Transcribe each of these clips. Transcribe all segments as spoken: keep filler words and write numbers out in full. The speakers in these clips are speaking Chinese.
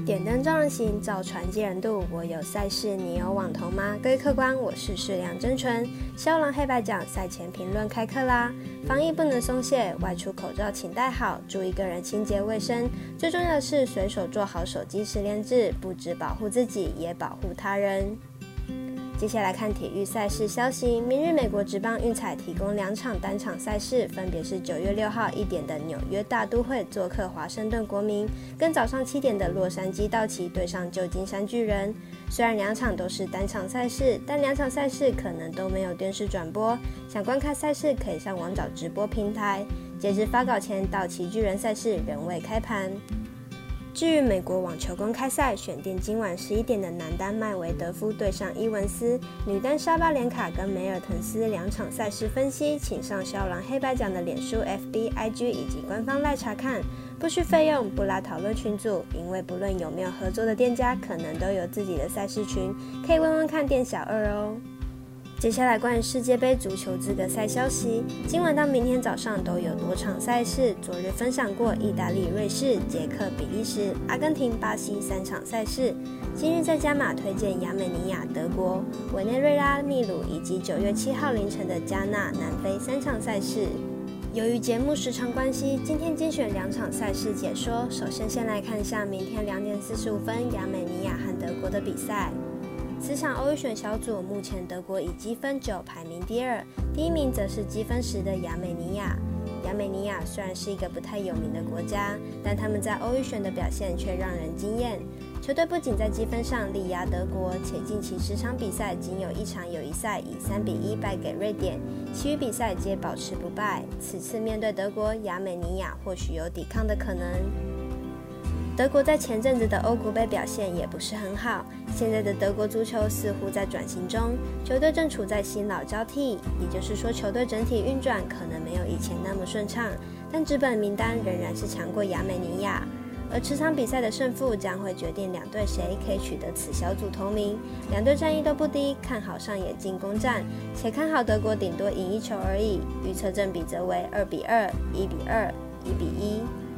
点灯照人行，造船接人度。我有赛事，你有网投吗？各位客官，我是适量真纯。骁龙黑白奖赛前评论开课啦！防疫不能松懈，外出口罩请戴好，注意个人清洁卫生。最重要的是随手做好手机实联制，不只保护自己，也保护他人。接下来看体育赛事消息，明日美国职棒运彩提供两场单场赛事，分别是九月六号一点的纽约大都会做客华盛顿国民，跟早上七点的洛杉矶道奇对上旧金山巨人。虽然两场都是单场赛事，但两场赛事可能都没有电视转播，想观看赛事可以上网找直播平台。截至发稿前，道奇巨人赛事仍未开盘。至于美国网球公开赛，选定今晚十一点的男单麦维德夫对上伊文斯，女单沙巴连卡跟梅尔滕斯两场赛事分析，请上骁龙黑白奖的脸书、F B、I G 以及官方赖查看，不需费用，不拉讨论群组，因为不论有没有合作的店家，可能都有自己的赛事群，可以问问看店小二哦。接下来关于世界杯足球资格赛消息，今晚到明天早上都有多场赛事。昨日分享过意大利、瑞士、捷克、比利时、阿根廷、巴西三场赛事，今日在加码推荐亚美尼亚、德国、委内瑞拉、秘鲁以及九月七号凌晨的加纳、南非三场赛事。由于节目时长关系，今天精选两场赛事解说。首先先来看一下明天两点四十五分亚美尼亚和德国的比赛。此场欧预选小组，目前德国以积分九排名第二，第一名则是积分十的亚美尼亚。亚美尼亚虽然是一个不太有名的国家，但他们在欧预选的表现却让人惊艳。球队不仅在积分上力压德国，且近期十场比赛仅有一场友谊赛以三比一败给瑞典，其余比赛皆保持不败。此次面对德国，亚美尼亚或许有抵抗的可能。德国在前阵子的欧国杯表现也不是很好，现在的德国足球似乎在转型中，球队正处在新老交替，也就是说球队整体运转可能没有以前那么顺畅，但纸本名单仍然是强过亚美尼亚，而此场比赛的胜负将会决定两队谁可以取得此小组头名。两队战役都不低，看好上演进攻战，且看好德国顶多赢一球而已，预测正比则为二比二、一比二、一比一。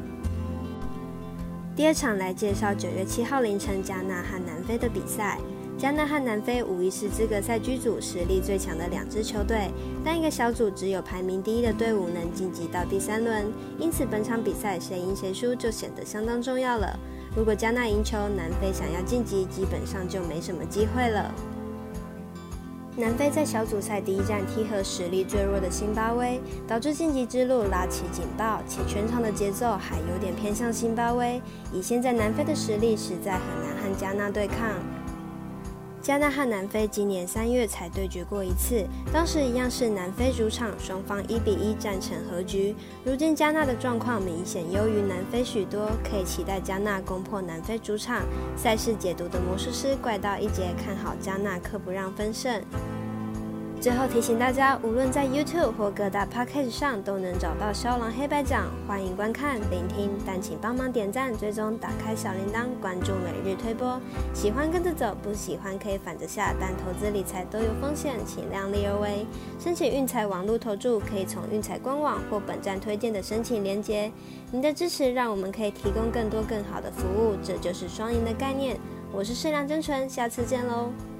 第二场来介绍九月七号凌晨加纳和南非的比赛。加纳和南非无疑是资格赛居组实力最强的两支球队，但一个小组只有排名第一的队伍能晋级到第三轮，因此本场比赛谁赢谁输就显得相当重要了。如果加纳赢球，南非想要晋级基本上就没什么机会了。南非在小组赛第一站踢和实力最弱的辛巴威，导致晋级之路拉起警报，且全场的节奏还有点偏向辛巴威。以现在南非的实力，实在很难和加纳对抗。加纳和南非今年三月才对决过一次，当时一样是南非主场，双方一比一战成和局。如今加纳的状况明显优于南非许多，可以期待加纳攻破南非主场。赛事解读的魔术师怪盗一节看好加纳克不让分胜。最后提醒大家，无论在 YouTube 或各大 Podcast 上都能找到骁龙黑白奖，欢迎观看、聆听，但请帮忙点赞、追踪、打开小铃铛、关注每日推播。喜欢跟着走，不喜欢可以反着下，但投资理财都有风险，请量力而为。申请运彩网络投注可以从运彩官网或本站推荐的申请连结。您的支持让我们可以提供更多更好的服务，这就是双赢的概念。我是适量真纯，下次见喽。